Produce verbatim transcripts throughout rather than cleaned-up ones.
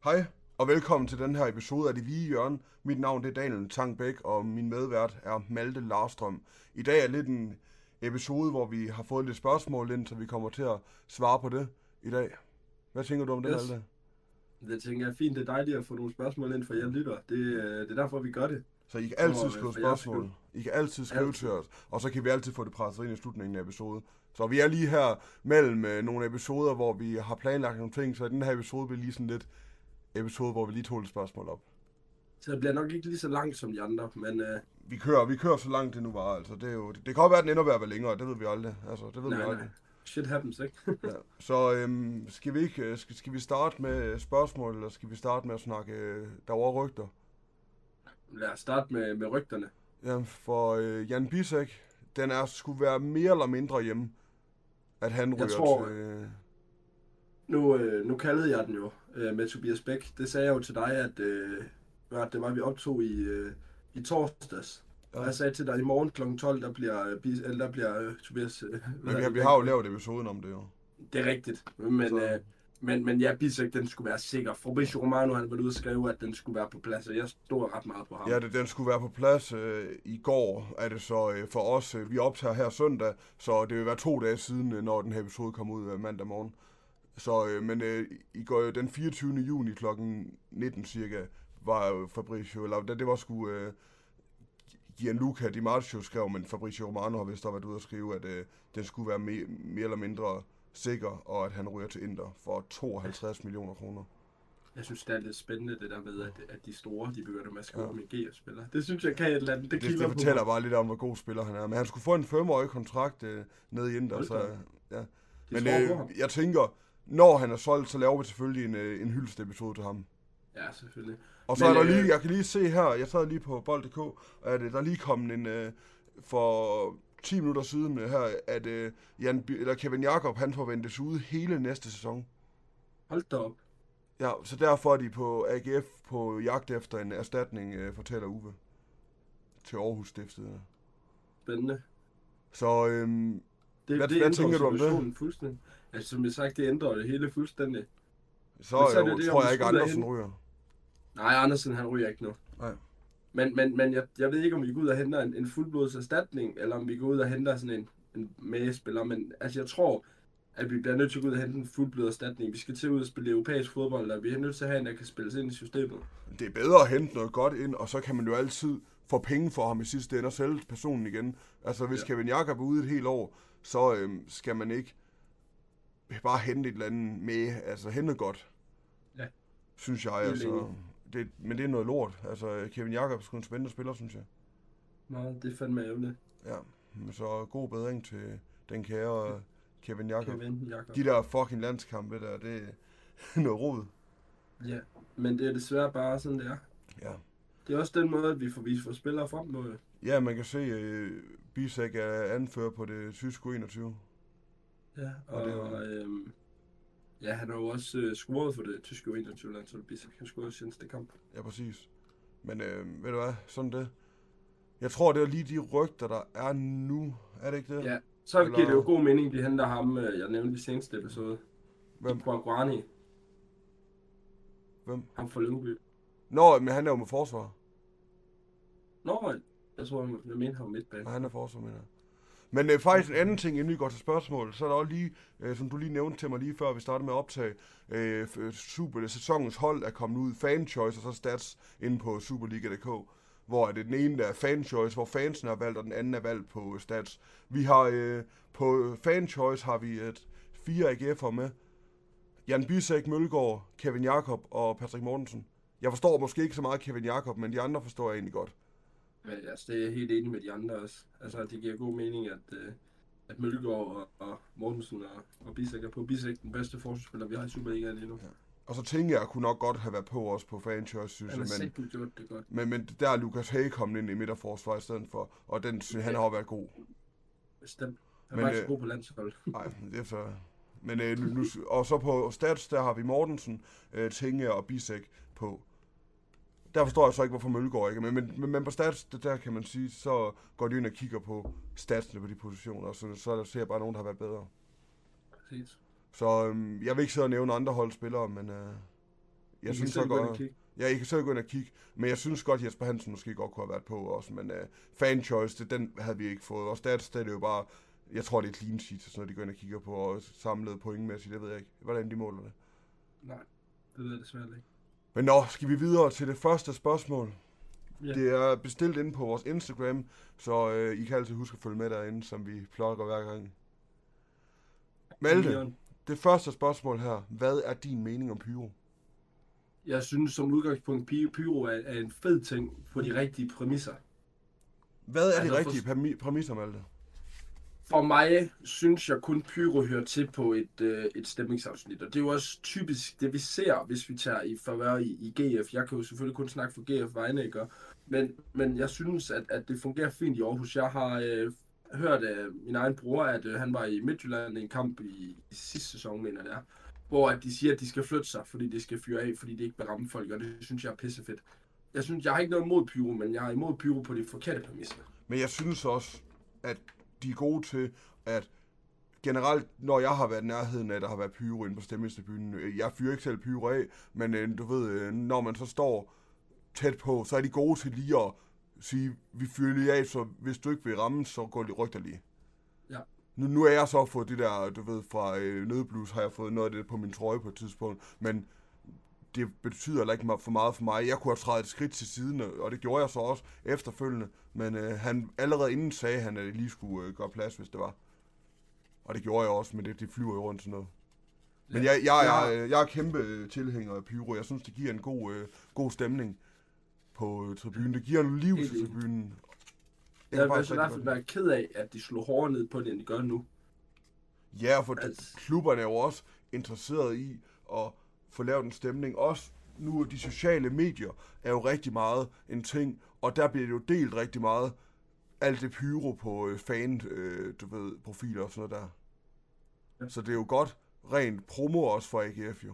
Hej, og velkommen til den her episode af Det Hvide Hjørne. Mit navn det er Daniel Tangbæk, og min medvært er Malte Larstrøm. I dag er lidt en episode, hvor vi har fået lidt spørgsmål ind, så vi kommer til at svare på det i dag. Hvad tænker du om det, Yes. Malte? Det tænker jeg er fint. Det er dejligt at få nogle spørgsmål ind fra jer lytter. Det, øh, det er derfor, vi gør det. Så I kan altid Og, skrive for jeres spørgsmål. I kan altid skrive Altid. til os, og så kan vi altid få det presset ind i slutningen af episoden. Så vi er lige her mellem øh, nogle episoder, hvor vi har planlagt nogle ting, så i den her episode bliver lige sådan lidt episode, hvor vi lige tog et spørgsmål op. Så det bliver nok ikke lige så langt som de andre, men øh, Vi kører, vi kører så langt det nu var, altså det er jo, det, det kan godt være, at den ender ved at være længere, det ved vi aldrig, altså det ved nej, vi nej. aldrig. Shit happens, ikke? Ja. Så øhm, skal vi ikke, øh, skal, skal vi starte med spørgsmål, eller skal vi starte med at snakke, øh, der var rygter? Lad os starte med, med rygterne. Jamen for øh, Jan Bisek, den er skulle være mere eller mindre hjemme, at han ryger tror- til... Øh, Nu, øh, nu kaldede jeg den jo øh, med Tobias Bæk. Det sagde jeg jo til dig, at øh, at det var, vi optog i, øh, i torsdags. Ja. Og jeg sagde til dig, at i morgen klokken tolv, der bliver, øh, Bis- eller der bliver øh, Tobias... Øh, men vi har, vi har jo lavet episoden om det jo. Det er rigtigt, men, Så- øh, men, men ja, Bisek, den skulle være sikker. Fabrizio Romano, han var ude og skrive, at den skulle være på plads, og jeg stod ret meget på ham. Ja, det, den skulle være på plads øh, i går, er det så øh, for os. Øh, vi optager her søndag, så det vil være to dage siden, øh, når den her episode kommer ud øh, mandag morgen. Så, øh, men øh, i går, øh, den fireogtyvende juni klokken nitten cirka, var jo Fabrizio, eller det, det var sgu øh, Gianluca Di Marzio skrev, men Fabrizio Romano har vist været ude og skrive, at øh, den skulle være me, mere eller mindre sikker, og at han ryger til Inter for tooghalvtreds millioner kroner. Jeg synes, det er lidt spændende, det der med, at, at de store, de begynder med at skrive Ja. ja. med G F-spillere. Det synes jeg kan et eller andet. Det, Det, kilder det på fortæller mig. bare lidt om, hvor god spiller han er. Men han skulle få en femårig kontrakt øh, ned i Inter, Hold så da. ja. De Men tror på øh, ham. jeg tænker, når han er solgt, så laver vi selvfølgelig en, øh, en hyldest episode til ham. Ja, selvfølgelig. Og så Men, er der øh, lige, jeg kan lige se her, jeg sad lige på bold punktum k, at øh, der er lige kommet en, øh, for ti minutter siden øh, her, at øh, Jan, Bi- eller Kevin Jakob, han forventes ude hele næste sæson. Hold da op. Ja, så derfor er de på A G F på jagt efter en erstatning, øh, fortæller Uwe, til Aarhus Stiftet. Spændende. Så øhm, Det, Hvad- det hvad ændrer tænker du om det? situationen fuldstændig. Altså, som jeg sagt, det ændrer det hele fuldstændig. så, Men så er jo, det det, tror om jeg vi ikke, skulle Andersen derhen. ryger. Nej, Andersen, han ryger ikke nu. Nej. Men, men, men jeg, jeg ved ikke, om vi går ud og henter en, en fuldblods erstatning, eller om vi går ud og henter sådan en, en medspiller. Men altså, jeg tror, at vi bliver nødt til at gå ud og hente en fuldblods erstatning. Vi skal til ud og spille europæisk fodbold, og vi er nødt til at have en, der kan spilles ind i systemet. Det er bedre at hente noget godt ind, og så kan man jo altid få penge for ham i sidste ende og sælge personen igen. Altså hvis ja. Ja. Kevin Jakob er ude et helt år, så øhm, skal man ikke bare hente et eller andet med, altså hente godt. Ja. Synes jeg, Helt altså. enig. Det, men det er noget lort. Altså Kevin Jakob er sgu en spændende spiller, synes jeg. Nå, det er fandme ærgerligt. Ja, men så god bedring til den kære Kevin Jakob. Kevin Jakob. De der fucking landskampe der, det er noget rod. Ja, men det er desværre bare sådan, det er. Ja. Det er også den måde, at vi får vist vores spillere frem på. Ja, man kan se, at uh, Bisek er anfører på det tyske U enogtyve. Ja, Og og, det er og jo- øhm, ja, han har jo også øh, scoret for det tyske U enogtyve-landshold. Bisek, han scorede seneste kamp. Ja, præcis. Men øh, ved du hvad, sådan det. Jeg tror, det er lige de rygter, der er nu. Er det ikke det? Ja, så Eller- giver det jo god mening, at de henter ham, øh, jeg nævnte i seneste episode. Hvem? Guarani, Hvem? ham fra Lyngby. Nå, men han er jo med forsvar. Nå, jeg tror, jeg, jeg mener ham midtbane. Nej, han er forsvar, mener jeg. Men øh, faktisk en anden ting, inden vi går til spørgsmål, så er der også lige, øh, som du lige nævnte til mig lige før vi startede med at optage, øh, f- super, sæsonens hold er kommet ud, fan choice og så stats inde på superliga punktum d k, hvor er det den ene der er fan choice, hvor fansen er valgt, og den anden er valgt på stats. Vi har øh, på fan choice har vi et fire A G F'er med. Jan Bisek, Mølgaard, Kevin Jakob og Patrick Mortensen. Jeg forstår måske ikke så meget Kevin Jakob, men de andre forstår jeg egentlig godt. Men altså, det er jeg helt enig med de andre også. Altså, det giver god mening, at, øh, at Mølgaard og, og Mortensen og, og Bisek er på. Bisek den bedste forsvarsspiller, vi har i Superligaen lige nu. Ja. Og så tænker jeg, at jeg kunne nok godt have været på os på fan choice, synes Han jeg, har men... sikkert gjort det godt. Men, men der er Lukas Hay kommet ind i midterforsvar i stedet for, og den, synes han har også været god. Bestemt. Han Men, er faktisk øh, god på landsholdet. Nej, det er så... Men øh, nu, nu, og så på stats, der har vi Mortensen, øh, Tinge og Bisek på. Der forstår jeg så ikke, hvorfor Mølgaard ikke er med, men, men, men på stats, det der kan man sige, så går de ind og kigger på statsene på de positioner, og så, så ser jeg bare nogen, der har været bedre. Præcis. Så øhm, jeg vil ikke sidde og nævne andre holdspillere, men øh, jeg I synes kan så selv gå ind og godt... kigge. Ja, I kan selv gå ind og kigge, men jeg synes godt, Jesper Hansen måske godt kunne have været på også, men uh, fan choice, det, den havde vi ikke fået. Og stats, det er det jo bare, jeg tror, det er clean sheet, så når de går ind og kigger på, og samlet pointmæssigt, det ved jeg ikke, hvordan de måler det. Nej, det ved jeg desværre ikke. Men nå, skal vi videre til det første spørgsmål? Ja. Det er bestilt inde på vores Instagram, så uh, I kan altid huske at følge med derinde, som vi plukker hver gang. Malte, det første spørgsmål her, hvad er din mening om pyro? Jeg synes som udgangspunkt, pyro er, er en fed ting på de rigtige præmisser. Hvad er altså de rigtige for... præmisser, Malte? For mig synes jeg kun pyro hører til på et, øh, et stemningsafsnit, og det er jo også typisk det, vi ser, hvis vi tager i forvær i, i G F. Jeg kan jo selvfølgelig kun snakke for G F vegne, ikke? Men, men jeg synes, at, at det fungerer fint i Aarhus. Jeg har øh, hørt af min egen bror, at øh, han var i Midtjylland i en kamp i, i sidste sæson, mener jeg, hvor at de siger, at de skal flytte sig, fordi de skal fyre af, fordi de ikke vil ramme folk, og det synes jeg er pissefedt. Jeg synes, jeg har ikke noget imod pyro, men jeg er imod pyro på de forkerte præmisser. Men jeg synes også, at de er gode til, at generelt, når jeg har været i nærheden af, der har været pyro inde på Stemningstribunen, jeg fyrer ikke selv pyro af, men du ved, når man så står tæt på, så er de gode til lige at sige, vi fyrer lige af, så hvis du ikke vil ramme, så går de rygter lige. Ja. Nu, nu er jeg så fået det der, du ved, fra øh, Nødblus, har jeg fået noget af det på min trøje på et tidspunkt, men det betyder heller ikke for meget for mig. Jeg kunne have trædet et skridt til siden, og det gjorde jeg så også efterfølgende, men øh, han allerede inden sagde han, at jeg lige skulle øh, gøre plads, hvis det var. Og det gjorde jeg også, men det, det flyver jo rundt sådan noget. Men jeg, jeg, jeg, jeg, jeg er kæmpe tilhænger af pyro. Jeg synes, det giver en god, øh, god stemning på øh, tribunen. Det giver en liv til tribunen. Jeg vil i hvert fald være ked af, at de slog hårdere ned på det, end de gør nu. Ja, for altså... klubberne er jo også interesseret i at få lavet en stemning. Også nu, de sociale medier er jo rigtig meget en ting, og der bliver det jo delt rigtig meget. Alt det pyro på øh, fan, øh, du ved, profiler og sådan noget der. Ja. Så det er jo godt rent promo også for A G F jo.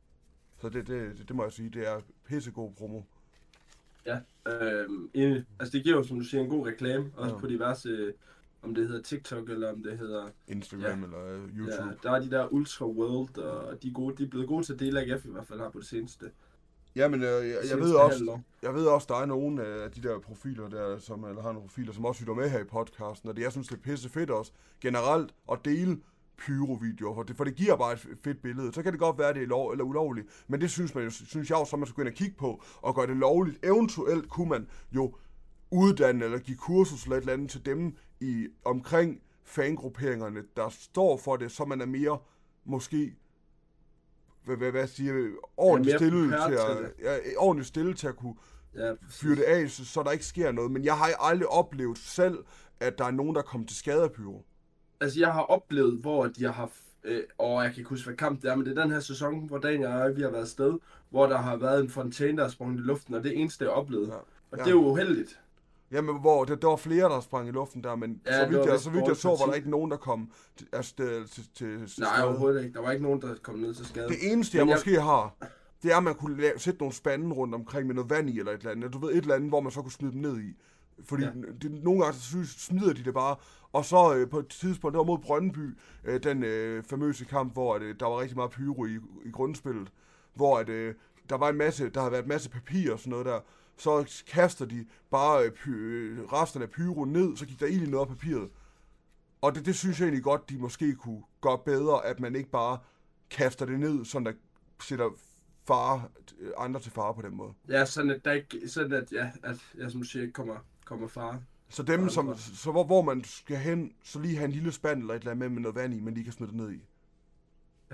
Så det, det, det, det må jeg sige, det er pissegod promo. Ja, øh, en, altså det giver jo, som du siger, en god reklame, også ja. På diverse, om det hedder TikTok, eller om det hedder... Instagram ja. Eller uh, YouTube. Ja, der er de der Ultra World, og de er, gode, de er blevet gode til at dele A G F i hvert fald her på det seneste. Ja, men øh, jeg, jeg, ved også, jeg ved også, der er nogle af de der profiler, der, som, eller har nogle profiler, som også lytter med her i podcasten, og det, jeg synes, det er pisse fedt også, generelt, at dele pyrovideoer, for det, for det giver bare et fedt billede. Så kan det godt være, at det er lov, eller ulovligt, men det synes, man jo, synes jeg jo, så man skal gå ind og kigge på, og gøre det lovligt. Eventuelt kunne man jo uddanne, eller give kursus eller et eller andet til dem i omkring fangrupperingerne, der står for det, så man er mere, måske... Hvad, hvad, hvad siger ordentligt stille til at, ja, ordentligt stille til at kunne ja, fyre det af, så, så der ikke sker noget. Men jeg har aldrig oplevet selv, at der er nogen, der kommer til skade af pyro. Altså, jeg har oplevet, hvor de har haft, øh, og jeg kan ikke huske, hvad kamp det er, men det er den her sæson, hvor Daniel og jeg, vi har været afsted, hvor der har været en fontæne, der er sprunget i luften, og det er eneste, jeg oplevede. Ja. Og ja. Det er jo uheldigt. Jamen, hvor der, der var flere, der sprang i luften der, men ja, så vidt jeg, så, vidt jeg så, var der ikke nogen, der kom til, altså, til, til, til skade. Nej, overhovedet ikke. Der var ikke nogen, der kom ned til skade. Det eneste, jeg, jeg måske har, det er, at man kunne lave, sætte nogle spande rundt omkring med noget vand i, eller et eller andet. Du ved, et eller andet, hvor man så kunne smide dem ned i. Fordi ja. det, nogle gange så smider de det bare. Og så øh, på et tidspunkt, det var mod Brøndby, øh, den øh, famøse kamp, hvor at, øh, der var rigtig meget pyro i, i grundspillet. Hvor at, øh, der var en masse, der havde været en masse papir og sådan noget der. Så kaster de bare øh, py- resterne af pyro ned, så gik der ild i noget af papiret. Og det, det synes jeg egentlig godt, de måske kunne gøre bedre, at man ikke bare kaster det ned, sådan der sætter fare, andre til fare på den måde. Ja, sådan at der ikke, sådan at, ja, at jeg som du siger, ikke kommer, kommer fare. Så dem, som, så hvor, hvor man skal hen, så lige have en lille spand eller et eller andet med, med noget vand i, men lige kan smide det ned i. Ja.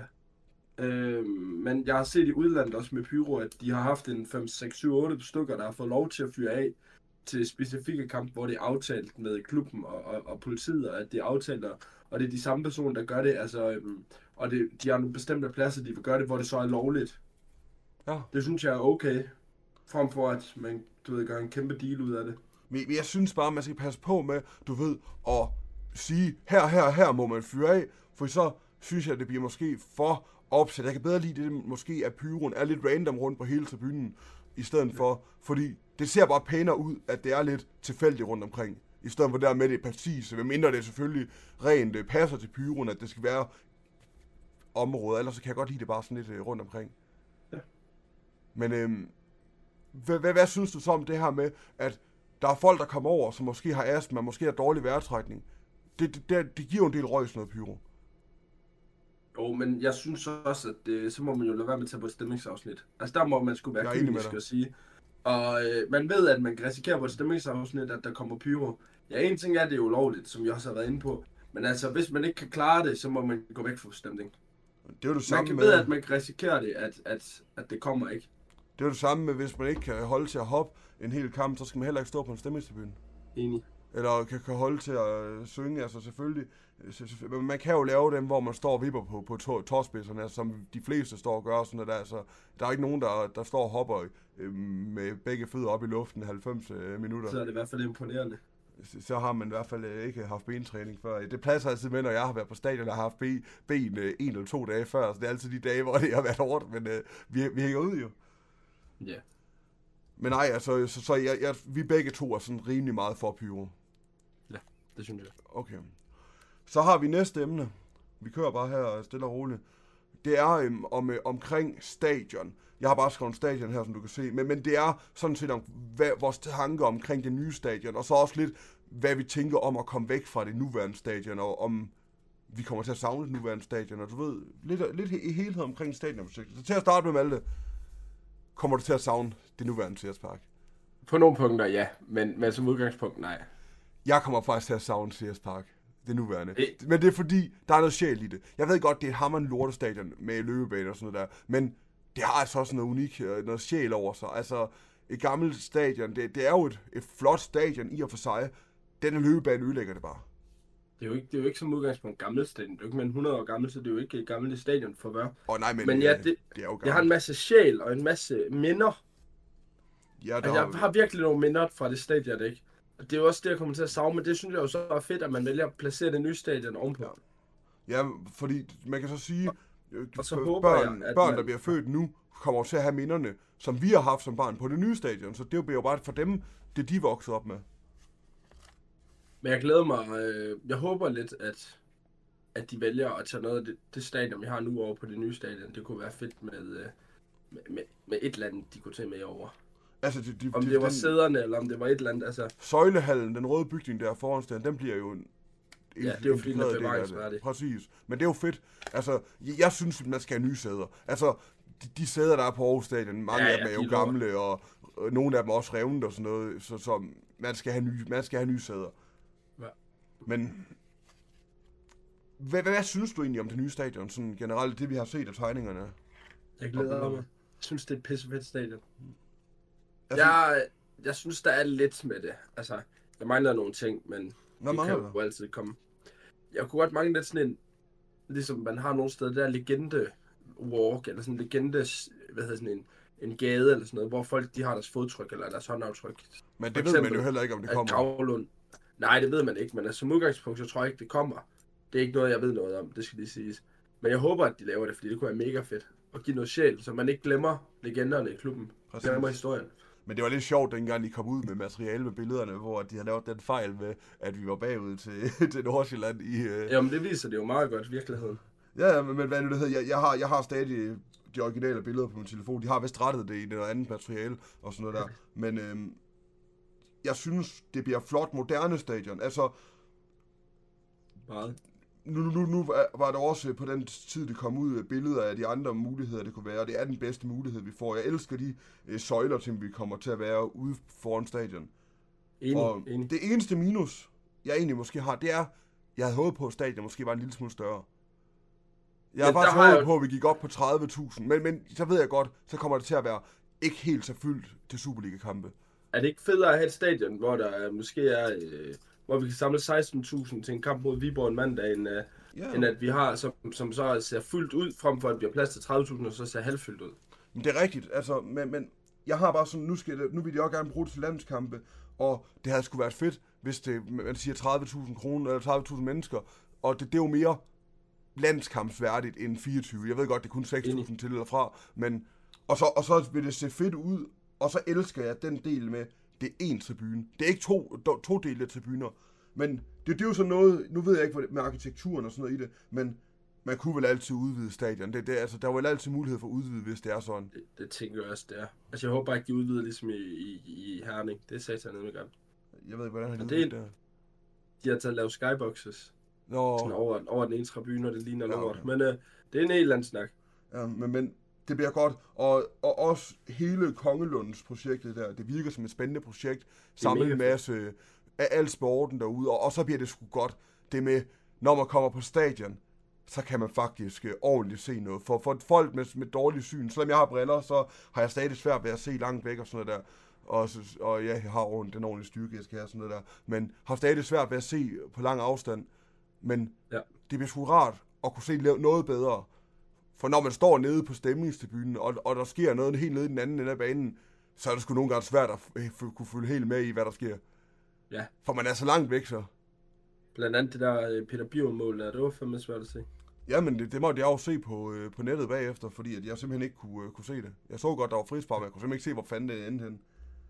Øh, men jeg har set i udlandet også med pyro, at de har haft en fem, seks, syv, otte stykker, der har fået lov til at fyre af til specifikke kamp, hvor det er aftalt med klubben og, og, og politiet, og at det er aftalt, og det er de samme personer, der gør det, altså, øhm, og det, de har nogle bestemte pladser, de vil gøre det, hvor det så er lovligt. Ja. Det synes jeg er okay, frem for at man, du ved, gør en kæmpe deal ud af det. Men jeg synes bare, man skal passe på med, du ved, at sige, her, her, her må man fyre af, for så synes jeg, at det bliver måske for opsat. Jeg kan bedre lide det, måske at pyroen er lidt random rundt på hele tribunen, i stedet ja. for, fordi det ser bare pænere ud, at det er lidt tilfældigt rundt omkring, i stedet for der med det præcis, medmindre det selvfølgelig rent det passer til pyroen, at det skal være områder, ellers så kan jeg godt lide det bare sådan lidt rundt omkring. Ja. Men øhm, hvad, hvad, hvad synes du så om det her med, at der er folk, der kommer over, som måske har astma, måske har dårlig vejrtrækning? Det, det, det, det giver jo en del røg, sådan noget pyro. Jo, men jeg synes også, at det, så må man jo lade være med at tage på et stemningsafsnit. Altså der må man sgu være kynisk at sige. Og øh, man ved, at man kan risikere på et stemningsafsnit, at der kommer pyro. Ja, en ting er, at det er ulovligt, som jeg også har været inde på. Men altså, hvis man ikke kan klare det, så må man gå væk fra stemning. Det er jo det samme man kan med... ved, at man kan risikere det, at, at, at det kommer ikke. Det er jo det samme med, hvis man ikke kan holde til at hoppe en hel kamp, så skal man heller ikke stå på en stemmingstribune. Enig. Eller kan, kan holde til at synge, altså selvfølgelig. Men man kan jo lave dem, hvor man står og vipper på, på to, tårspidserne, altså, som de fleste står og gør sådan noget der. Altså, der er ikke nogen, der, der står og hopper øh, med begge fødder op i luften halvfems øh, minutter. Så er det i hvert fald imponerende. Så, så har man i hvert fald øh, ikke haft bentræning før. Det passer altid med, når jeg har været på stadion og har haft ben, ben øh, en eller to dage før. Så det er altid de dage, hvor det har været hårdt, men øh, vi, vi hænger ud jo. Ja. Yeah. Men nej, altså, så, så jeg, jeg, vi begge to er sådan rimelig meget for pyro. Ja, det synes jeg. Okay. Så har vi næste emne. Vi kører bare her stille og roligt. Det er øhm, om, øh, omkring stadion. Jeg har bare skrevet stadion her, som du kan se. Men, men det er sådan set om hvad, vores tanker omkring det nye stadion. Og så også lidt, hvad vi tænker om at komme væk fra det nuværende stadion. Og om vi kommer til at savne det nuværende stadion. Og du ved, lidt, lidt i helhed omkring stadionprojektet. Så til at starte med, Malte, kommer du til at savne det nuværende C S Park? På nogle punkter, ja. Men, men som udgangspunkt, nej. Jeg kommer faktisk til at savne C S Park. Det nuværende. E- Men det er fordi, der er noget sjæl i det. Jeg ved godt, det er et hammerende lortestadion med løbebane og sådan noget der. Men det har altså også noget unik, noget sjæl over sig. Altså, et gammelt stadion, det, det er jo et, et flot stadion i og for sig. Denne løbebane ødelægger det bare. Det er jo ikke, det er jo ikke som udgangspunkt gammelt stadion. Det er jo ikke mere end hundrede år gammelt, så det er jo ikke et gammelt stadion for hvad. Åh nej, men, men ja, det, det er jo gammelt. Det har en masse sjæl og en masse minder. Ja, altså, jeg har virkelig nogle minder fra det stadion, ikke? Og det er jo også det, jeg kommer til at savne, men det synes jeg jo så er fedt, at man vælger at placere det nye stadion ovenpå. Ja, ja, fordi man kan så sige, og, og så håber børn, jeg, at børn man... der bliver født nu, kommer til at have minderne, som vi har haft som barn på det nye stadion. Så det bliver jo bare for dem, det de voksede op med. Men jeg glæder mig, øh, jeg håber lidt, at, at de vælger at tage noget af det, det stadion, vi har nu over på det nye stadion. Det kunne være fedt med, øh, med, med, med et eller andet, de kunne tage med over. Altså, de, de, om det de, var den, sæderne, eller om det var et eller andet, altså... Søjlehallen, den røde bygning der foran stadion, den bliver jo en... Ja, det er jo fordi, den er bevaringsværdig. Præcis. Men det er jo fedt. Altså, jeg, jeg synes, at man skal have nye sæder. Altså, de, de sæder, der er på Aarhus Stadion, mange ja, ja, af dem er jo de gamle, lov. og, og nogle af dem er også revnet og sådan noget, så, så man skal have nye, man skal have nye sæder. Ja. Men... Hvad, hvad, hvad synes du egentlig om det nye stadion, sådan generelt, det vi har set af tegningerne? Jeg glæder mig. Jeg synes, det er et pissefedt stadion. Altså, jeg, jeg synes, der er lidt med det. Altså, jeg mangler nogle ting, men hvad det kan jo altid komme. Jeg kunne godt mangle lidt sådan en, ligesom man har nogle steder, der er legende walk, eller sådan en legende, hvad hedder sådan en, en gade, eller sådan noget, hvor folk, de har deres fodtryk, eller deres håndaftryk. Men det ved man jo heller ikke, om det kommer. Gravlund. Nej, det ved man ikke, men altså, som udgangspunkt, så tror jeg ikke, det kommer. Det er ikke noget, jeg ved noget om, det skal lige siges. Men jeg håber, at de laver det, fordi det kunne være mega fedt. Og give noget sjæl, så man ikke glemmer legenderne i klubben. Præcis. Glemmer historien. Men det var lidt sjovt, dengang de kom ud med materiale med billederne, hvor de havde lavet den fejl med, at vi var bagud til, til Nordsjælland i... Øh... Jamen, det viser det jo meget godt, virkeligheden. Ja, men, men hvad nu det hedder? Jeg, jeg, har, jeg har stadig de originale billeder på min telefon. De har vist rettet det i noget andet materiale og sådan noget der. Men øhm, jeg synes, det bliver flot moderne stadion. Altså... Meget. Nu, nu, nu var der også på den tid, det kom ud billeder af de andre muligheder, det kunne være, og det er den bedste mulighed, vi får. Jeg elsker de øh, søjler, som vi kommer til at være ude foran stadion. Enig, og enig. Det eneste minus, jeg egentlig måske har, det er, jeg havde håbet på, at stadion måske var en lille smule større. Jeg har faktisk håbet jeg... på, at vi gik op på tredive tusind, men, men så ved jeg godt, så kommer det til at være ikke helt så fyldt til Superliga-kampe. Er det ikke federe at have et stadion, hvor der måske er... Øh... hvor vi kan samle seksten tusind til en kamp mod Viborg en mandag, end, uh, yeah. end at vi har, som, som så ser fyldt ud, frem for at vi har plads til tredive tusind, og så ser halvfyldt ud. Men det er rigtigt, altså, men, men jeg har bare sådan, nu, skal det, nu vil de også gerne bruge det til landskampe, og det havde sgu været fedt, hvis det, man siger tredive tusind kroner, eller tredive tusind mennesker, og det, det er jo mere landskampsværdigt end fireogtyve. Jeg ved godt, det er kun seks tusind til eller fra, men, og så, og så vil det se fedt ud, og så elsker jeg den del med, det er én tribune. Det er ikke to, to dele af tribuner. Men det, det er jo sådan noget, nu ved jeg ikke med arkitekturen og sådan noget i det, men Man kunne vel altid udvide stadion. Det, det, altså, der var vel altid mulighed for at udvide, hvis det er sådan. Det, det tænker jeg også, det er. Altså, jeg håber ikke, de udvider ligesom i, i, i Herning. Det sagde jeg nede gang. Jeg ved ikke, hvordan han udvider det. De har taget lavet skyboxes. Nå. Sådan over, over den ene tribune, og det ligner ja, lort. okay. Men uh, det er en helt anden snak. Ja, men, men det bliver godt. Og, og også hele Kongelunds projektet der, det virker som et spændende projekt. Samle en masse af al sporten derude, og, og så bliver det sgu godt. Det med, når man kommer på stadion, så kan man faktisk øh, ordentligt se noget. For, for folk med, med dårlig syn, selvom jeg har briller, så har jeg stadig svært ved at se langt væk og sådan noget der. Og, og ja, jeg har ordentligt, den ordentlige styrke, jeg skal have sådan noget der. Men har stadig svært ved at se på lang afstand. Men ja. Det bliver sgu rart at kunne se noget bedre. For når man står nede på stemningstribunen, og, og der sker noget helt nede i den anden ende af banen, så er det sgu nogle gange svært at f- kunne følge helt med i, hvad der sker. Ja. For man er så langt væk, så. Blandt andet det der Peter Bion-mål der, det var fandme svært at se. Ja, men det, det måtte jeg jo se på, øh, på nettet bagefter, fordi at jeg simpelthen ikke kunne, øh, kunne se det. Jeg så godt, der var frispark, men jeg kunne simpelthen ikke se, hvor fanden det endte hen.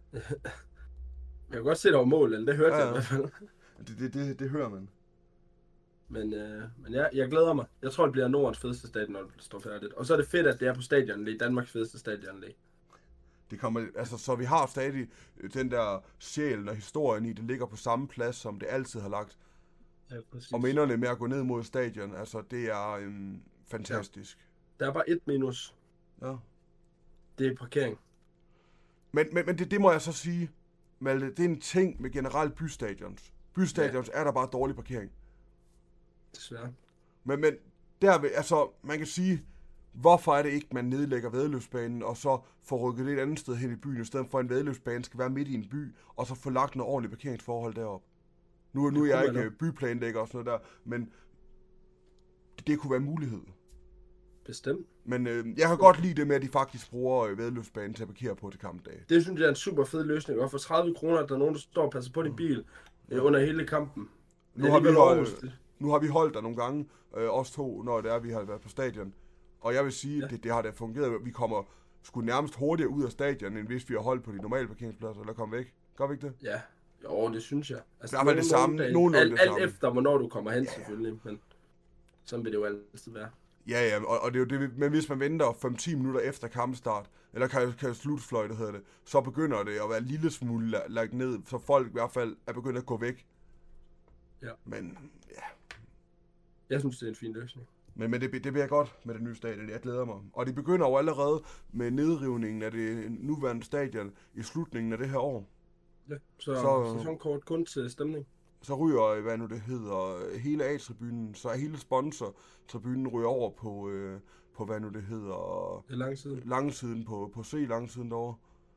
Jeg kan godt se, der var mål, eller det hørte ja, ja. jeg i hvert fald. Det, det, det, det hører man. Men, øh, men ja, jeg glæder mig. Jeg tror, det bliver Nordens fedeste stadion, når det står færdigt. Og så er det fedt, at det er på stadionanlæg, Danmarks fedeste stadionanlæg. Det kommer, altså, så vi har stadig den der sjælen og historien i, det ligger på samme plads, som det altid har lagt. Ja, præcis. Og minderne med at gå ned mod stadion, altså det er øhm, fantastisk. Ja. Der er bare et minus. Ja. Det er parkering. Men, men, men det, det må jeg så sige, Malte, det er en ting med generelt bystadions. Bystadions ja. Er der bare dårlig parkering. Desværre. Men, men der vil, altså, man kan sige, hvorfor er det ikke, man nedlægger væddeløbsbanen, og så får rykket det et andet sted hen i byen, i stedet for en væddeløbsbane skal være midt i en by, og så få lagt noget ordentligt parkeringsforhold derop. Nu, nu er jeg ikke byplanlægger og sådan noget der, men det, det kunne være en mulighed. Bestemt. Men øh, jeg kan godt lide det med, at de faktisk bruger øh, væddeløbsbanen til at parkere på til kampdage. Det synes jeg er en super fed løsning, og for tredive kroner, at der er nogen, der står og passer på din bil øh, under hele kampen. Nu har, vi holdt, nu har vi holdt der nogle gange, øh, os to, når det er, vi har været på stadion. Og jeg vil sige, ja. det, det har da fungeret. Vi kommer sgu nærmest hurtigere ud af stadion, end hvis vi har holdt på de normale parkeringspladser, eller kom væk. Gør vi ikke det? Ja, jo, det synes jeg. Altså, det er det samme. Dage, nogen alt, det alt samme. efter, hvornår du kommer hen, ja. Selvfølgelig. Men sådan vil det jo altid være. Ja, ja, og, og det er jo det, men hvis man venter fem til ti minutter efter kampstart, eller kan, kan slutfløjte hedder det, så begynder det at være en lille smule lagt ned, så folk i hvert fald er begyndt at gå væk. Ja. Men, ja. Jeg synes, det er en fin løsning. Men, men det, det bliver godt med det nye stadion, jeg glæder mig. Og det begynder jo allerede med nedrivningen af det nuværende stadion i slutningen af det her år. Ja, så, så sæsonkort kun til stemning. Så ryger, hvad nu det hedder, hele A-tribunen, så hele sponsortribunen ryger over på, øh, på hvad nu det hedder, det langsiden. langsiden på, på C-langsiden derovre.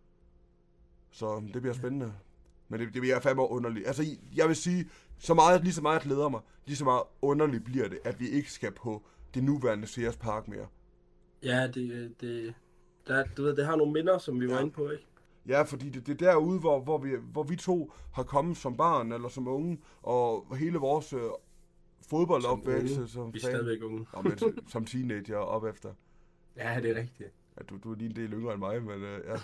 Så det bliver spændende. Ja. Men det, det bliver fandme underligt. Altså, jeg vil sige, så meget, lige så meget jeg glæder mig, lige så meget underligt bliver det, at vi ikke skal på det nuværende Sears Park mere. Ja, det, det, der, du ved, det har nogle minder, som vi ja. var inde på, ikke? Ja, fordi det, det er derude, hvor, hvor, vi, hvor vi to har kommet som barn eller som unge, og hele vores øh, fodboldopvækst som, som vi er stadigvæk unge. Og men, som teenager op efter. Ja, det er rigtigt. Ja, du, du er lige en del yngre end mig, men øh, ja.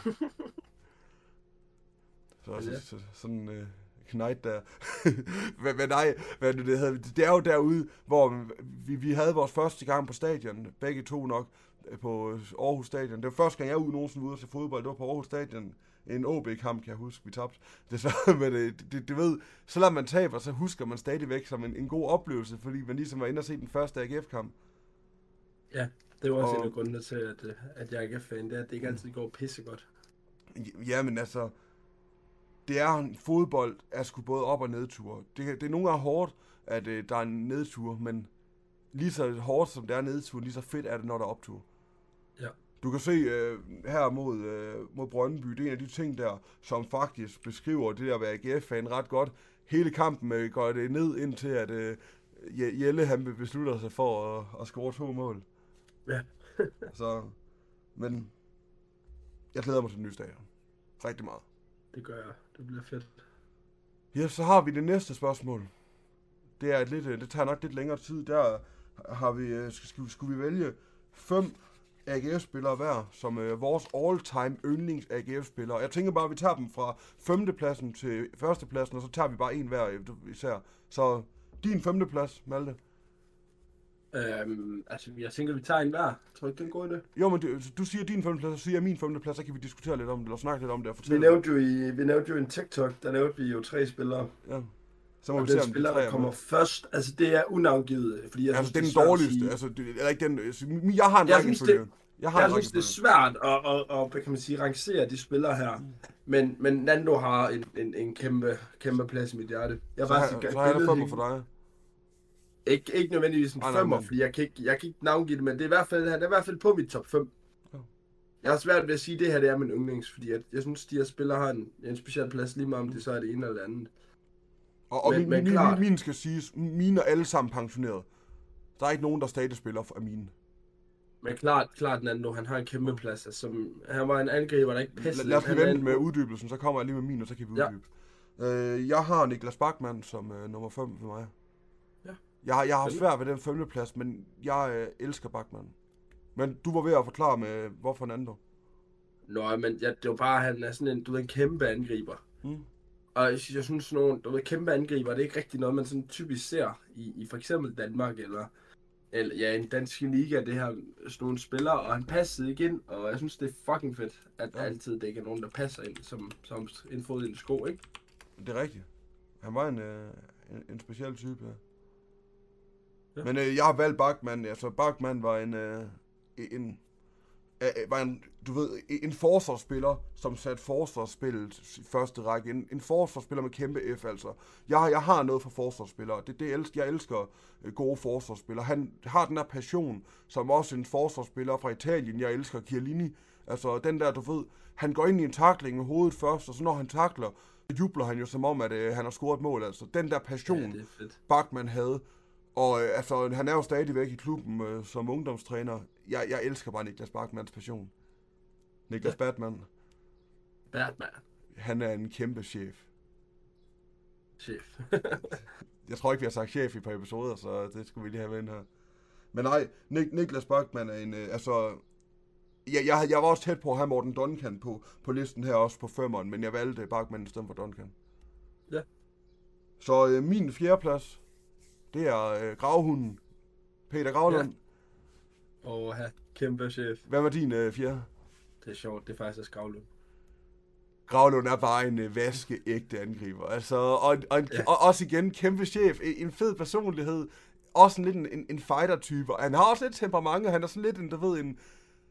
Så, ja. så, så sådan øh, knægt der. men, men nej, hvad det, det, havde, det er jo derude, hvor vi, vi havde vores første gang på stadion, begge to nok, på Aarhus Stadion. Det var første gang, jeg ud nogensinde ude og se fodbold. Det var på Aarhus Stadion. En O B-kamp, kan jeg huske, vi tabte. Det så, men det, det, det ved, selvom man taber, så husker man stadigvæk som en, en god oplevelse, fordi man ligesom var inde og se den første A G F-kamp. Ja, det var også og, en af grundene til, at, at jeg er A G F-fan. Det er, at det ikke altid går pissegodt. Ja, men altså, det er fodbold, er sgu både op- og nedture. Det, det er nogle gange hårdt, at uh, der er en nedtur, men lige så hårdt som det er nedtur, lige så fedt er det, når der er optur. Ja. Du kan se øh, her mod, øh, mod Brøndby, det er en af de ting der, som faktisk beskriver det at være A G F-fan ret godt. Hele kampen øh, går det ned indtil, at øh, Jelle han beslutter sig for at, at score to mål. Ja. Så, men jeg glæder mig til den nye stadion. Rigtig meget. Det gør jeg. Det bliver fedt. Ja, så har vi det næste spørgsmål. Det er et lidt, det tager nok lidt længere tid. Der har vi, skulle, skulle vi vælge fem A G F-spillere hver, som øh, vores all-time yndlings A G F-spillere. Jeg tænker bare, at vi tager dem fra femtepladsen til førstepladsen, og så tager vi bare en hver især. Så din femteplads, Malte? Øhm, altså, jeg tænker, vi tager en hver. Tror du ikke, det er en god idé? Jo, men du, du siger din femteplads, så siger jeg min femteplads, så kan vi diskutere lidt om det, eller snakke lidt om det og Vi fortælle. nævnte jo i, vi nævnte jo en TikTok, der nævnte vi jo tre spillere. Ja. Så må Og vi se, den om de spiller, tre der er kommer med. først, altså det er unavngivet, fordi jeg Altså, synes, det er den svært at dårligste. sige. Altså, det, eller ikke den... Altså, jeg har en Jeg synes, rækkefølge. det- Jeg har Jeg en synes, det er rækkefølge. svært at, at, at, hvad kan man sige, rangere de spillere her. Men, men Nando har en, en, en kæmpe, kæmpe plads i mit hjerte. Jeg Så, var har- faktisk så har jeg der femmer for dig. Ikke, ikke nødvendigvis en Nej, nej, femmer, men- fordi jeg kan, ikke, jeg kan ikke navngive det, men det er i hvert fald, han er i hvert fald på mit top fem. Ja. Jeg har svært ved at sige, at det her det er min yndlings, fordi jeg, jeg synes, de her spillere har en, en speciel plads, lige meget om det så er det ene eller det andet. Og, og Men- min, men min, klart. min, min skal siges, mine er alle sammen pensioneret. Der er ikke nogen, der stadig spiller af mine. Men klart, klart Nando, han har en kæmpe plads. Altså, som, han var en angriber, der ikke Lad, passede. lad os Han lige er vente en- med uddybelsen, så kommer jeg lige med min, og så kan vi Ja. uddybe. Øh, jeg har Niklas Bachmann som øh, nummer fem for mig. Ja. Jeg, har- jeg har Spændende. svært ved den femteplads, men jeg øh, elsker Bachmann. Men du var ved at forklare med, hvorfor Nando. Nå, men ja, det var bare, han er sådan en, du ved, en kæmpe angriber. Mm. Og jeg, jeg synes, sådan nogle, du ved, kæmpe angriber, det er ikke rigtig noget, man sådan typisk ser i, i for eksempel Danmark, eller, eller ja, en dansk liga, det her, sådan nogle spillere, og han passede ikke ind, og jeg synes, det er fucking fedt, at Ja. ja. altid det ikke er nogen, der passer ind, som, som en fod i en sko, ikke? Det er rigtigt. Han var en, øh, en, en speciel type, ja. Ja. Men øh, jeg har valgt Bachmann. Altså, Bachmann var en, øh, en, øh, var en, du ved, en forsvarsspiller, som satte forsvarsspillet i første række. En, en forsvarsspiller med kæmpe F, altså. Jeg, har- jeg har noget for forsvarsspillere. Det, det elsker, jeg elsker øh, gode forsvarsspillere. Han har den der passion, som også en forsvarsspiller fra Italien. Jeg elsker Chiellini. Altså, den der, du ved, han går ind i en tackling med hovedet først, og så når han takler, så jubler han jo som om, at øh, han har scoret et mål. Altså, den der passion, Ja, det er fedt. Bachmann havde. Og øh, altså, han er jo stadigvæk i klubben øh, som ungdomstræner. Jeg, jeg elsker bare Niklas Bachmanns passion. Niklas ja. Batman, Batman, han er en kæmpe chef. chef. Jeg tror ikke, vi har sagt chef i et par episoder, så det skulle vi lige have med ind her. Men nej, Nik- Niklas Bachmann er en, øh, altså... Jeg, jeg, jeg var også tæt på at have Morten Duncan på, på listen her, også på femmeren, men jeg valgte Bachmann i stedet for Duncan. Ja. Så øh, min fjerdeplads, det er øh, Gravhunden, Peter Gravlund. Ja. Og ha, kæmpe chef. Hvad var din øh, fjerde? Det er sjovt, det er faktisk at skravle. Gravlund er bare en øh, vaskeægte angriber. Altså, og, og, en, Ja. og også igen kæmpe chef, en, en fed personlighed, også en lidt en, en, en fighter-type. Og han har også lidt temperament, og han er sådan lidt en, du ved, en,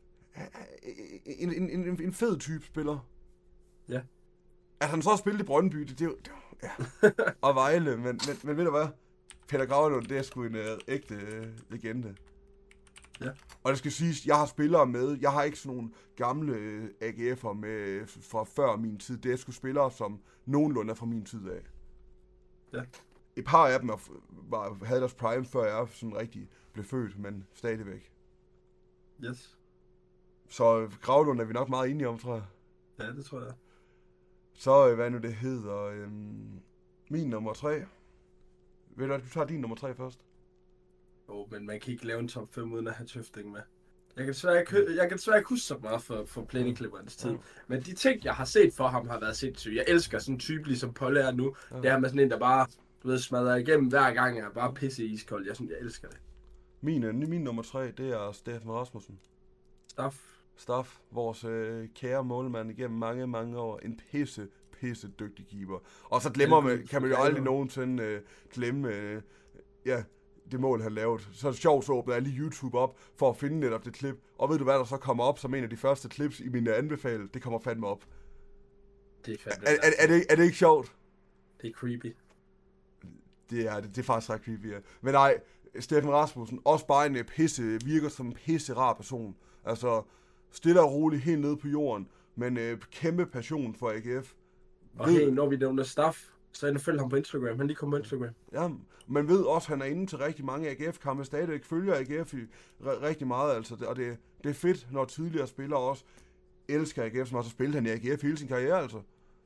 en, en, en, en fed type spiller. Ja. At han så har spillet i Brøndby, det, det er jo, det, er jo- ja. Og Vejle, men, men, men ved du hvad? Peter Gravlund, det er sgu en øh, ægte øh, legende. Ja. Og det skal siges, jeg har spillere med, jeg har ikke sådan nogle gamle øh, A G F'er med øh, fra før min tid. Det er sgu spillere, som nogenlunde er fra min tid af. Ja. Et par af dem er, var, havde deres prime, før jeg sådan rigtig blev født, men stadigvæk. Yes. Så Gravlund er vi nok meget enige om, tror jeg. Ja, det tror jeg. Så, øh, hvad nu det hedder, øhm, min nummer tre. Ved du hvad, du tager din nummer tre først. Jo, oh, men man kan ikke lave en top fem uden at have Tøfting med. Jeg kan desværre ikke, jeg kan desværre ikke huske så meget for, for Plæneklipperens tid. Ja. Men de ting, jeg har set for ham, har været sindssyge. Jeg elsker sådan en type, ligesom Polle er nu. Ja. Det er med sådan en, der bare, du ved, smadrer igennem hver gang, jeg er bare pisse iskold. Jeg synes, jeg elsker det. Min, øh, min nummer tre, det er Steffen Rasmussen. Staff. Staff, vores øh, kære målmand igennem mange, mange år. En pisse, pisse dygtig keeper. Og så glemmer man, kan man jo aldrig nogensinde øh, glemme, øh, ja, det mål, han lavede. Så er det sjovt, så åbner jeg lige YouTube op for at finde netop det klip. Og ved du hvad, der så kommer op som en af de første clips i mine anbefale? Det kommer fandme op. Det er fandme. Er, er, er, det, er det ikke sjovt? Det er creepy. Det er det. Det er faktisk ret creepy, ja. Men nej, Steffen Rasmussen, også bare en øh, pisse, virker som en pisse rar person. Altså, stille og roligt helt nede på jorden, men øh, kæmpe passion for A G F. Og hey, når vi nævner Staff, så er følge ham på Instagram. Han lige kommer på Instagram. Ja, man ved også, at han er inde til rigtig mange A G F-kampe, stadigvæk følger A G F i r- rigtig meget, altså, og det, det er fedt, når tidligere spillere også elsker A G F, som også har spillet han i A G F hele sin karriere, altså.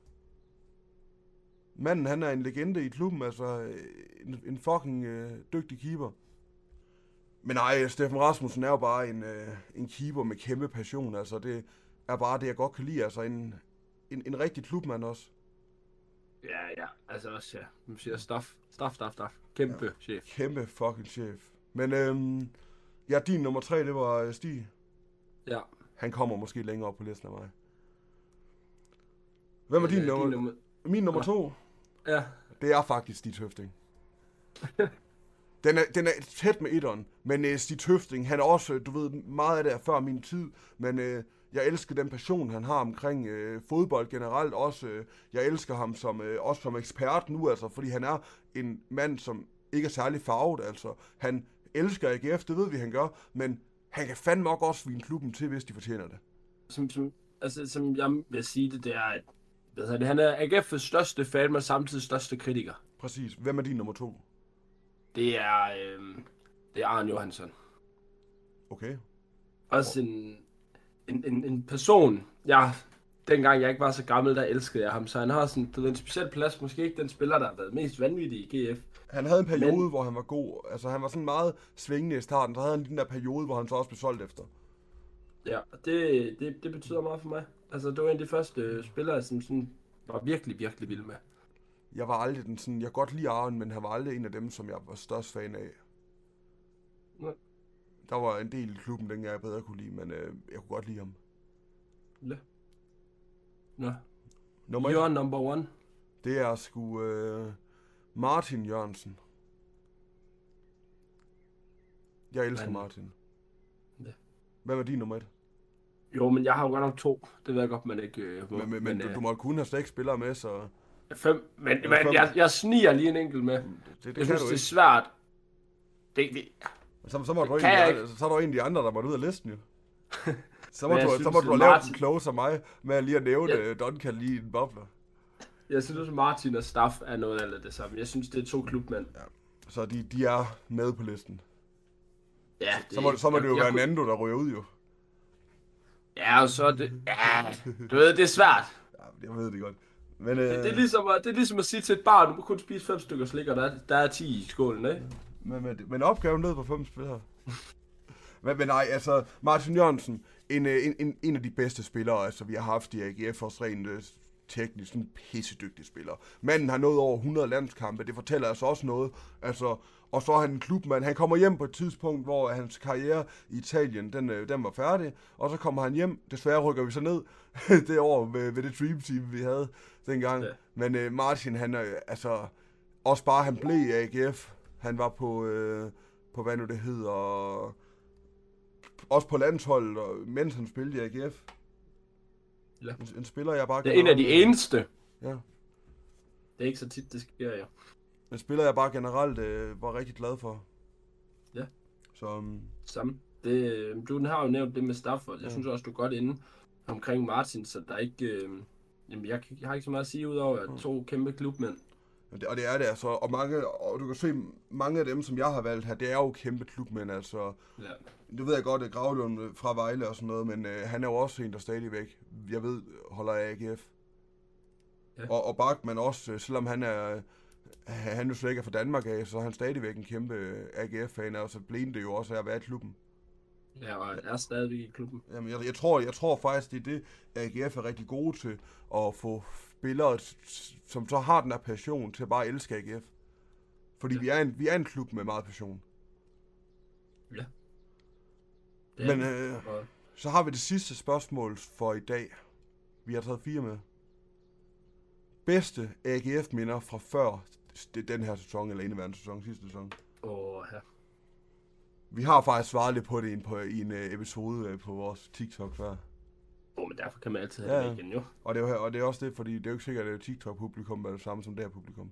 Manden, han er en legende i klubben, altså en, en fucking øh, dygtig keeper. Men nej, Steffen Rasmussen er jo bare en, øh, en keeper med kæmpe passion, altså det er bare det, jeg godt kan lide, altså en, en, en rigtig klubmand også. Ja, ja. Altså også, ja. Man siger Staff. Staff, Staff, Staff. Kæmpe ja. chef. Kæmpe fucking chef. Men øhm, ja, din nummer tre, det var Stig. Ja. Han kommer måske længere op på listen af mig. Hvem er Ja, din, din nummer? nummer? Min nummer to? Ja. Det er faktisk Stig Tøfting. Den er, den er tæt med etteren, men uh, Stig Tøfting, han er også, du ved, meget af det er før min tid, men uh, jeg elsker den passion, han har omkring uh, fodbold generelt, også, uh, jeg elsker ham som, uh, også som ekspert nu, altså, fordi han er en mand, som ikke er særlig farvet, altså, han elsker A G F, det ved vi, han gør, men han kan fandme også svine klubben til, hvis de fortjener det. Som, som, altså, som jeg vil sige det, det er, at hvad hedder det, han er A G F's største fan, men samtidig største kritiker. Præcis. Hvem er din nummer to? Det er, øh, det er Arne Johansson. Okay. Også en, en, en, en person, jeg, dengang jeg ikke var så gammel, der elskede jeg ham. Så han har sådan, du ved, en speciel plads, måske ikke den spiller, der har været mest vanvittig i G F. Han havde en periode, Men, hvor han var god. Altså, han var sådan meget svingende i starten. Så havde han den der periode, hvor han så også blev solgt efter. ja, det, det, det betyder meget for mig. Altså, det var en af de første spillere, som sådan var virkelig, virkelig vild med. Jeg var aldrig den sådan... Jeg kan godt lide Arne, men han var aldrig en af dem, som jeg var størst fan af. Nej. Der var en del i klubben, dengang jeg bedre kunne lide, men øh, jeg kunne godt lide ham. Ja. Nå. Nummer You're et, number one. det er sgu øh, Martin Jørgensen. Jeg elsker Men- Martin. Ja. Hvem er din nummer et? Jo, men jeg har jo godt nok to. Det ved jeg godt, man ikke øh, må. Men, men, men du, øh, du må kun have seks spillere med, så... Fem. Men, Ja, men fem. jeg, jeg sniger lige en enkelt med. Det, det, det Jeg kan synes, du det er ikke. svært. Det, det, Så, så, må du en kan af jeg de andre, så er der en af de andre, der måtte ud af listen, jo. Så må Men jeg du, så synes, må du have at lavet Martin- den kloge som mig, med lige at nævne Ja. ja. Duncan lige i en bobler. jeg synes, at Martin og Staff er noget af det samme. Jeg synes, det er to klubmænd. Så de, de er med på listen. Ja, Så må, så må jeg- det jo jeg være kunne- Nando, der ryger ud, jo. Ja, og så er det... Ja, du ved, det er svært. Ja, jeg ved det godt. Men, øh, Det, det, er ligesom, at- det er ligesom at sige til et barn, du må kun spise fem stykker slik, og der, er- der er ti i skålen, ikke? men, men, men opgaven lød på fem spillere. men, men nej, altså, Martin Jørgensen, en, øh, en, en, en af de bedste spillere, altså, vi har haft i A G F, også rent øh, teknisk, en pissedygtig spiller. Manden har nået over hundrede landskampe, det fortæller altså også noget. Altså, og så er han en klubmand. Han kommer hjem på et tidspunkt, hvor hans karriere i Italien, den, øh, den var færdig. Og så kommer han hjem. Desværre rykker vi så ned det år ved, ved det Dream Team, vi havde dengang. Ja. Men øh, Martin, han er altså... Også bare, han blev i A G F. Han var på, øh, på hvad nu det hedder... Også på landsholdet, og, mens han spillede i A G F. Ja. En, en spiller, jeg bare... Det er en af de eneste. Ja. Det er ikke så tit, det sker, ja. En spiller, jeg bare generelt øh, var rigtig glad for. Ja. Så... Um, Samme. Det, øh, du har jo nævnt det med Stafford. Jeg Ja. synes også, du er godt inde omkring Martin, så der er ikke... Øh, jamen, jeg, kan- jeg har ikke så meget at sige, udover at to kæmpe klubmænd. Og det, og det er det altså, og, mange, og du kan se, mange af dem, som jeg har valgt her, det er jo kæmpe klubmænd, altså. Ja. Du ved jeg godt, at Gravlund fra Vejle og sådan noget, men øh, han er jo også en, der stadigvæk, jeg ved, holder af A G F. Ja. Og, og Bachmann også, øh, selvom han er, han jo slet ikke er fra Danmark af, så er han stadigvæk en kæmpe øh, A G F-fan, og så blev det jo også af at være i klubben. Ja, og er stadigvæk i klubben. Jamen, jeg, jeg, tror, jeg tror faktisk, det er det, A G F er rigtig gode til, at få spillere, som så har den der passion til at bare elske A G F. Fordi Ja. vi, er en, vi er en klub med meget passion. Ja. Det er Men det. øh, Og- så har vi det sidste spørgsmål for i dag. Vi har taget fire med. Bedste A G F-minder fra før den her sæson, eller indeværende sæson, sidste sæson. Åh, ja. Vi har faktisk svaret lidt på det i en, på, i en uh, episode uh, på vores TikTok før. Åh, men derfor kan man altid have Ja, det ja. med igen, jo. Og det, er, jo- og det er også det, fordi det er jo ikke sikkert, at TikTok-publikum er det samme som det her publikum.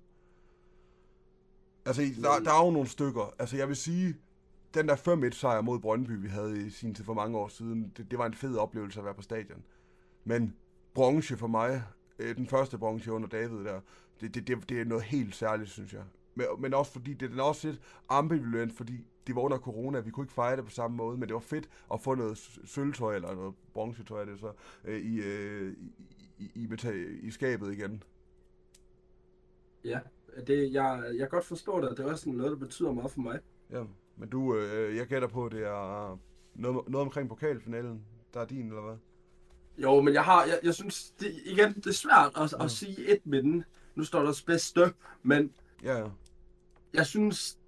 Altså, i- der, der er jo nogle stykker. Altså, jeg vil sige, den der fem et sejr mod Brøndby, vi havde i sin tid for mange år siden, det, det var en fed oplevelse at være på stadion. Men bronze for mig, øh, den første bronze under David der, det, det, det, det er noget helt særligt, synes jeg. Men, men også fordi, det, den er også lidt ambivalent, fordi det var under corona, vi kunne ikke fejre det på samme måde, men det var fedt at få noget s- sølvtøj, eller noget bronzetøj, det så, øh, i, øh, i, i, i, i skabet igen. Ja, det, jeg, jeg kan godt forstå det, og det er også sådan noget, der betyder meget for mig. Ja, men du, øh, jeg gætter på, at det er noget, noget omkring pokalfinalen, der er din, eller hvad? Jo, men jeg har, jeg, jeg synes, det, igen, det er svært at, Ja. at sige et med den. Nu står der også bedste, men Ja, ja. jeg synes,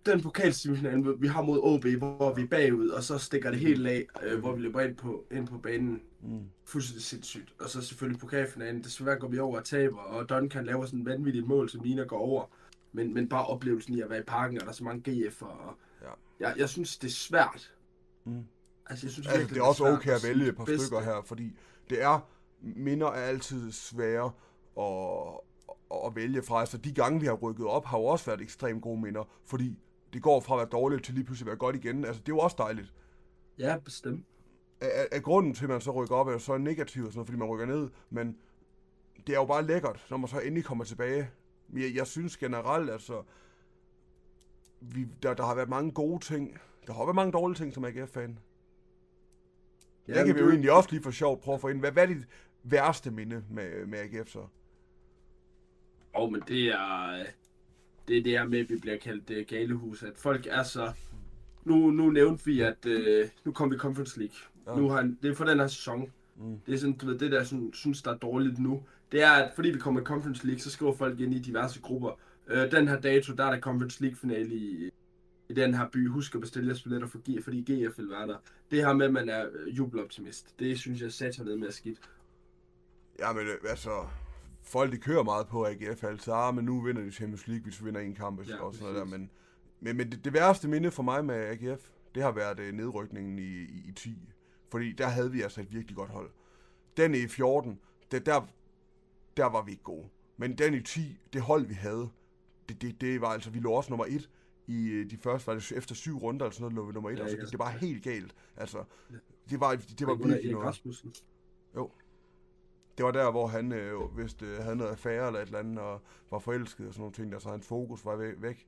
den pokalsemifinale, vi har mod O B, hvor vi er bagud, og så stikker det helt af, øh, hvor vi løber ind på, ind på banen. Mm. Fuldstændig sindssygt. Og så selvfølgelig pokalfinalen. Desværre går vi over og taber, og Duncan laver sådan en vanvittigt mål, som Mina går over. Men, men bare oplevelsen i at være i parken, og der er så mange G F'er. Og ja. jeg, jeg synes, det er svært. Mm. Altså, jeg synes altså, virkelig, det er også det er okay at vælge et par bedste. stykker her, fordi det er, minder er altid svære at, at vælge fra. Altså, de gange, vi har rykket op, har jo også været ekstremt gode minder, fordi det går fra at være dårligt til lige pludselig at være godt igen. Altså, det er jo også dejligt. Ja, bestemt. Er, er grunden til, at man så rykker op, er jo så negativ og sådan noget, fordi man rykker ned, men det er jo bare lækkert, når man så endelig kommer tilbage. Jeg, jeg synes generelt, altså, vi, der, der har været mange gode ting. Der har været mange dårlige ting som A G F-fan. Ja, det kan vi jo egentlig også lige for sjovt prøve at få ind. Hvad, hvad er dit værste minde med, med A G F så? Åh, oh, men det er det er det her med, at vi bliver kaldt uh, galehus. At folk er så... Nu, nu nævnte vi, at uh, nu kommer vi i Conference League. Ja. Nu har, det er for den her sæson. Mm. Det er sådan, du ved, det der sådan, synes, der er dårligt nu. Det er, at fordi vi kommer i Conference League, så skriver folk ind i diverse grupper. Uh, den her dato, der er der Conference League-finale i, i den her by. Husk at bestille jeres billetter, for G, fordi G F vil være der. Det her med, at man er jubeloptimist, det synes jeg sat ned med at skidt. Ja, men altså... Folk, de kører meget på A G F altid. Ah, men nu vinder de Champions League, hvis vi vinder en kamp ja, og sådan noget der. Men, men, men det, det værste minde for mig med A G F, det har været uh, nedrykningen i, i, i ti. Fordi der havde vi altså et virkelig godt hold. Den i fjorten, det, der, der var vi ikke gode. Men den i ti, det hold vi havde, det, det, det var altså, vi lå også nummer et i de første, var det efter syv runder eller sådan noget, lå vi nummer et. Ja, altså, det, det var helt galt. Altså, det var, det var virkelig noget. Jo. Det var der, hvor han øh, hvis øh, havde noget affære eller et eller andet, og var forelsket og sådan nogle ting, der så hans fokus var væk.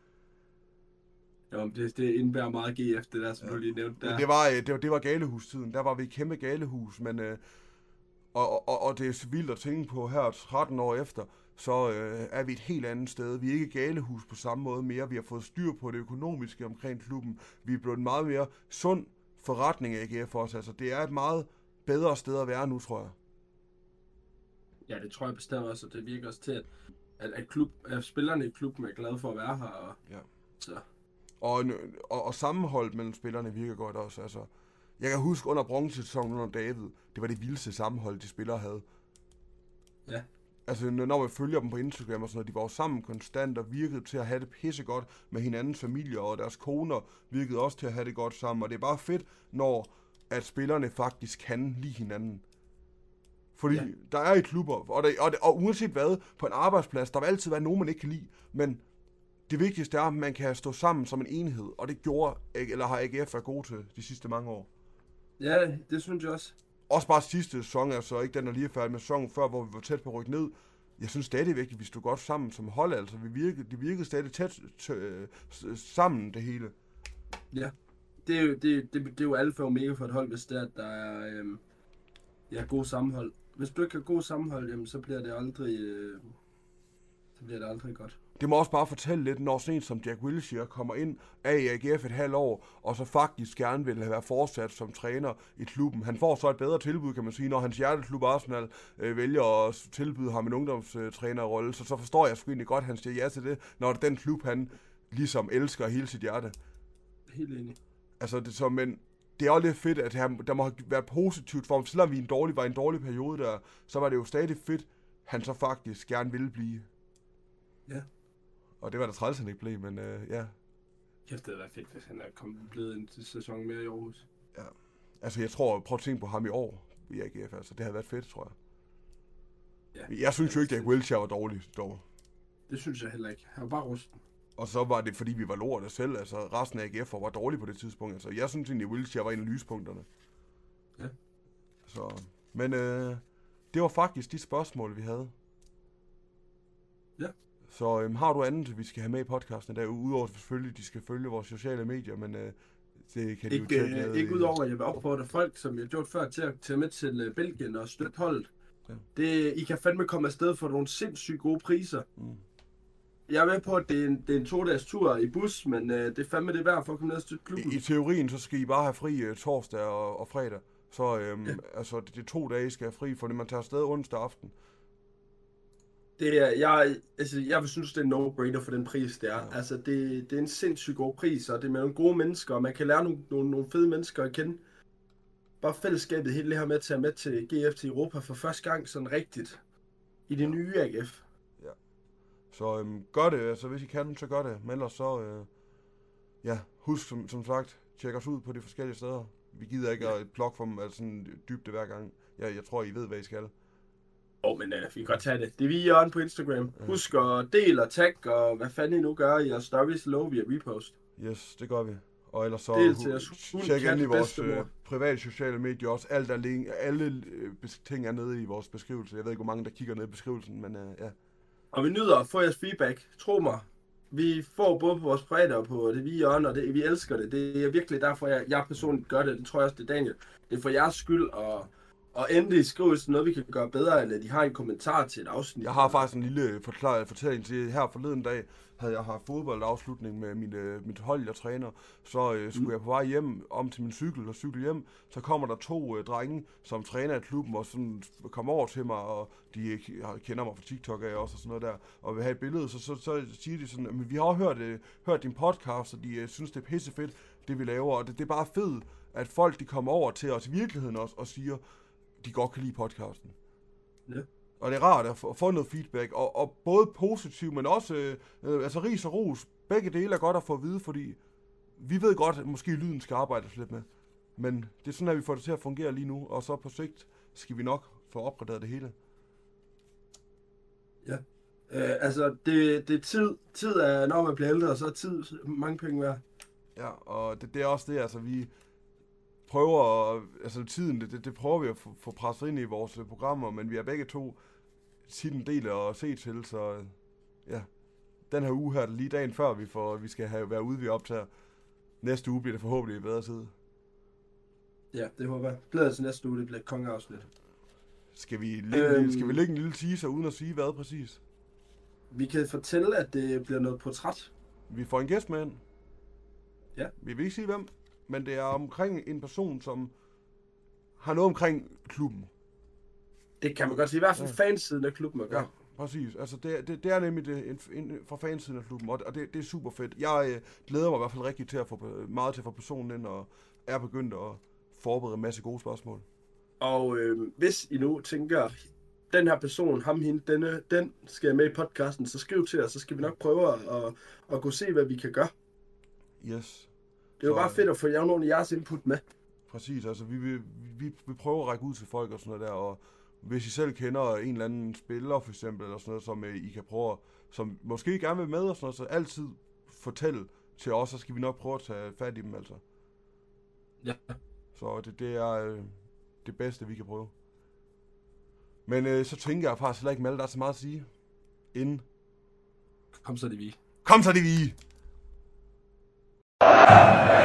Jo, det, det indbærer meget G F, det der, som ja. du lige nævnte der. Men det var, øh, det var, det var galehustiden. Der var vi i kæmpe galehus, men øh, og, og, og det er vildt at tænke på her tretten år efter, så øh, er vi et helt andet sted. Vi er ikke galehus på samme måde mere. Vi har fået styr på det økonomiske omkring klubben. Vi er blevet en meget mere sund forretning af A G F også. Altså, det er et meget bedre sted at være nu, tror jeg. Ja, det tror jeg bestemt også, og det virker også til, at, at, at, klub, at spillerne i klubben er glade for at være her. Og, ja. Så. Og, og, og sammenholdet mellem spillerne virker godt også. Altså, jeg kan huske under bronzesæsonen under David, det var det vildeste sammenhold, de spillere havde. Ja. Altså, når man følger dem på Instagram og sådan noget, de var jo sammen konstant og virkede til at have det pissegodt med hinandens familier, og deres koner virkede også til at have det godt sammen. Og det er bare fedt, når at spillerne faktisk kan lide hinanden. Fordi ja. der er i klubber, og, der, og, det, og uanset hvad, på en arbejdsplads, der vil altid være nogen, man ikke kan lide. Men det vigtigste er, at man kan stå sammen som en enhed, og det gjorde, eller har A G F været gode til de sidste mange år. Ja, det synes jeg også. Også bare sidste sæson, altså ikke den, der lige er færdig med sæsonen før, hvor vi var tæt på at rykke ned. Jeg synes stadigvæk, at vi stod godt sammen som hold, altså vi virkede, de virkede stadig tæt t- sammen, det hele. Ja, det er jo, det, det, det er jo alfa og omega for et hold, hvis det er, at der er øhm, ja, god sammenhold. Hvis du ikke har god sammenhold, jamen, så bliver det aldrig, øh, så bliver det aldrig godt. Det må også bare fortælle lidt, når sådan en som Jack Wilshere kommer ind af i A G F et halvt år, og så faktisk gerne vil have været fortsat som træner i klubben. Han får så et bedre tilbud, kan man sige, når hans hjerteklub Arsenal øh, vælger at tilbyde ham en ungdomstrænerrolle, så, så forstår jeg sgu egentlig godt, at han siger ja til det, når det er den klub, han ligesom elsker hele sit hjerte. Helt enig. Altså, det, så, men det er også lidt fedt, at han, der må have været positivt for ham, selvom vi en dårlig, var en dårlig periode der, så var det jo stadig fedt, han så faktisk gerne ville blive. Ja. Og det var der træls, han ikke blev, men øh, ja. Kæft, det havde været fedt, hvis han er kommet blevet en sæson mere i Aarhus. Ja. Altså, jeg tror, prøv at tænke på ham i år i A G F, altså. Det havde været fedt, tror jeg. Ja. Jeg synes jo ikke, at Jack Wilshere var dårlig, dog. Det synes jeg heller ikke. Han var bare rusten. Og så var det, fordi vi var lortet selv. Altså, resten af A G F var dårlige på det tidspunkt. Altså, jeg synes egentlig, at Wilshere var en af lyspunkterne. Ja. Så, men øh, det var faktisk de spørgsmål, vi havde. Ja. Så øhm, har du andet, vi skal have med i podcasten der, udover selvfølgelig, de skal følge vores sociale medier, men øh, det kan de ikke, jo tjekke. Øh, ikke udover, at jeg vil opfordre folk, som jeg har gjort før, til at tage med til uh, Belgien og støtte holdet. Ja. Det, I kan fandme komme afsted for nogle sindssygt gode priser. Mm. Jeg er med på, at det er en, det er en to-dages tur i bus, men uh, det er fandme det værd for at komme ned og støtte klubben. I, I teorien, så skal I bare have fri uh, torsdag og, og fredag. Så øhm, ja. altså, det, det er to dage, I skal have fri, fordi man tager afsted onsdag aften. Det er, jeg, altså, jeg vil synes, det er en no-brainer for den pris, det er. Ja. Altså, det, det er en sindssygt god pris, og det er med nogle gode mennesker, og man kan lære nogle, nogle, nogle fede mennesker at kende. Bare fællesskabet, hele det her med at tage med til G F til Europa for første gang, sådan rigtigt, i det Ja. nye A G F. Ja. Så øhm, gør det, altså hvis I kan, så gør det. Men ellers så, øh, ja, husk som, som sagt, tjek os ud på de forskellige steder. Vi gider ikke at plukke for dem, altså sådan dybde hver gang. Jeg, jeg tror, I ved, hvad I skal. Åh, oh, men uh, vi kan godt tage det. Det er vi i Jørgen på Instagram. Husk at dele og tag, og hvad fanden I nu gør i jeres stories, lover vi at repost. Yes, det gør vi. Og ellers så Del til jeres hund, tjek ind i kat, vores bedstemor. øh, private sociale medier også. Alt er link, alle øh, bes- ting er nede i vores beskrivelse. Jeg ved ikke, hvor mange der kigger ned i beskrivelsen, men øh, ja. Og vi nyder at få jeres feedback. Tro mig. Vi får både på vores private og på det vi i Jørgen, og det, vi elsker det. Det er virkelig derfor, jeg, jeg personligt gør det. Det tror jeg også, det er Daniel. Det er for jeres skyld, og, og endelig skriv noget, vi kan gøre bedre, eller de har en kommentar til et afsnit. Jeg har faktisk en lille forklaret fortælling til her forleden dag. Havde jeg haft fodboldafslutning med min, øh, mit hold, jeg træner, så øh, skulle mm. jeg på vej hjem om til min cykel og cykle hjem. Så kommer der to øh, drenge, som træner i klubben, og sådan kommer over til mig, og de øh, kender mig fra TikTok af også og sådan noget der, og vil have et billede. Så, så, så siger de sådan, at vi har også hørt, øh, hørt din podcast, og de øh, synes, det er pissefedt, det vi laver. Og det, det er bare fedt, at folk de kommer over til os i virkeligheden også, og siger, de godt kan lide podcasten. Ja. Og det er rart at få, at få noget feedback, og, og både positivt, men også øh, altså ris og ros. Begge dele er godt at få at vide, fordi vi ved godt, at måske lyden skal arbejdes lidt med. Men det er sådan, at vi får det til at fungere lige nu, og så på sigt skal vi nok få opgraderet det hele. Ja. Øh, altså, det, det er tid. Tid er, når man bliver ældre, så er tid mange penge værd. Ja, og det, det er også det, altså vi prøver, at, altså tiden, det, det, det prøver vi at få, få presset ind i vores programmer, men vi er begge to tit en del at se til, så ja, den her uge her, lige dagen før vi, får, vi skal have, være ude, vi optager. Næste uge bliver det forhåbentlig i bedre tid. Ja, det håber jeg. Glæder til næste uge, det bliver et kongeafsnit. Skal vi, lægge, Øhm. øhm, skal vi lægge en lille teaser, uden at sige hvad præcis? Vi kan fortælle, at det bliver noget portræt. Vi får en gæst med ind. Ja. Vi vil ikke sige hvem, men det er omkring en person, som har noget omkring klubben. Det kan man godt sige, i hvert fald Ja. fansiden af klubben at gøre. Ja, præcis. Altså, det, det, det er nemlig det, en, en, fra fansiden af klubben, og, og det, det er super fedt. Jeg øh, glæder mig i hvert fald rigtig til at få, meget til at få personen ind, og er begyndt at forberede en masse gode spørgsmål. Og øh, hvis I nu tænker, den her person, ham, hende, denne, den skal med i podcasten, så skriv til os, så skal vi nok prøve at, at, at gå se, hvad vi kan gøre. Yes. Det er jo Så, bare fedt at få jer nogle af jeres input med. Præcis, altså vi, vi, vi, vi prøver at række ud til folk og sådan noget der, og hvis I selv kender en eller anden spiller for eksempel, eller sådan noget, som I kan prøve, som måske gerne vil med og sådan noget, så altid fortæl til os, så skal vi nok prøve at tage fat i dem altså. Ja. Så det, det er øh, det bedste, vi kan prøve. Men øh, så tænker jeg faktisk heller ikke, Malte, der er så meget at sige. Inden. Kom så det vi. Kom så det vi!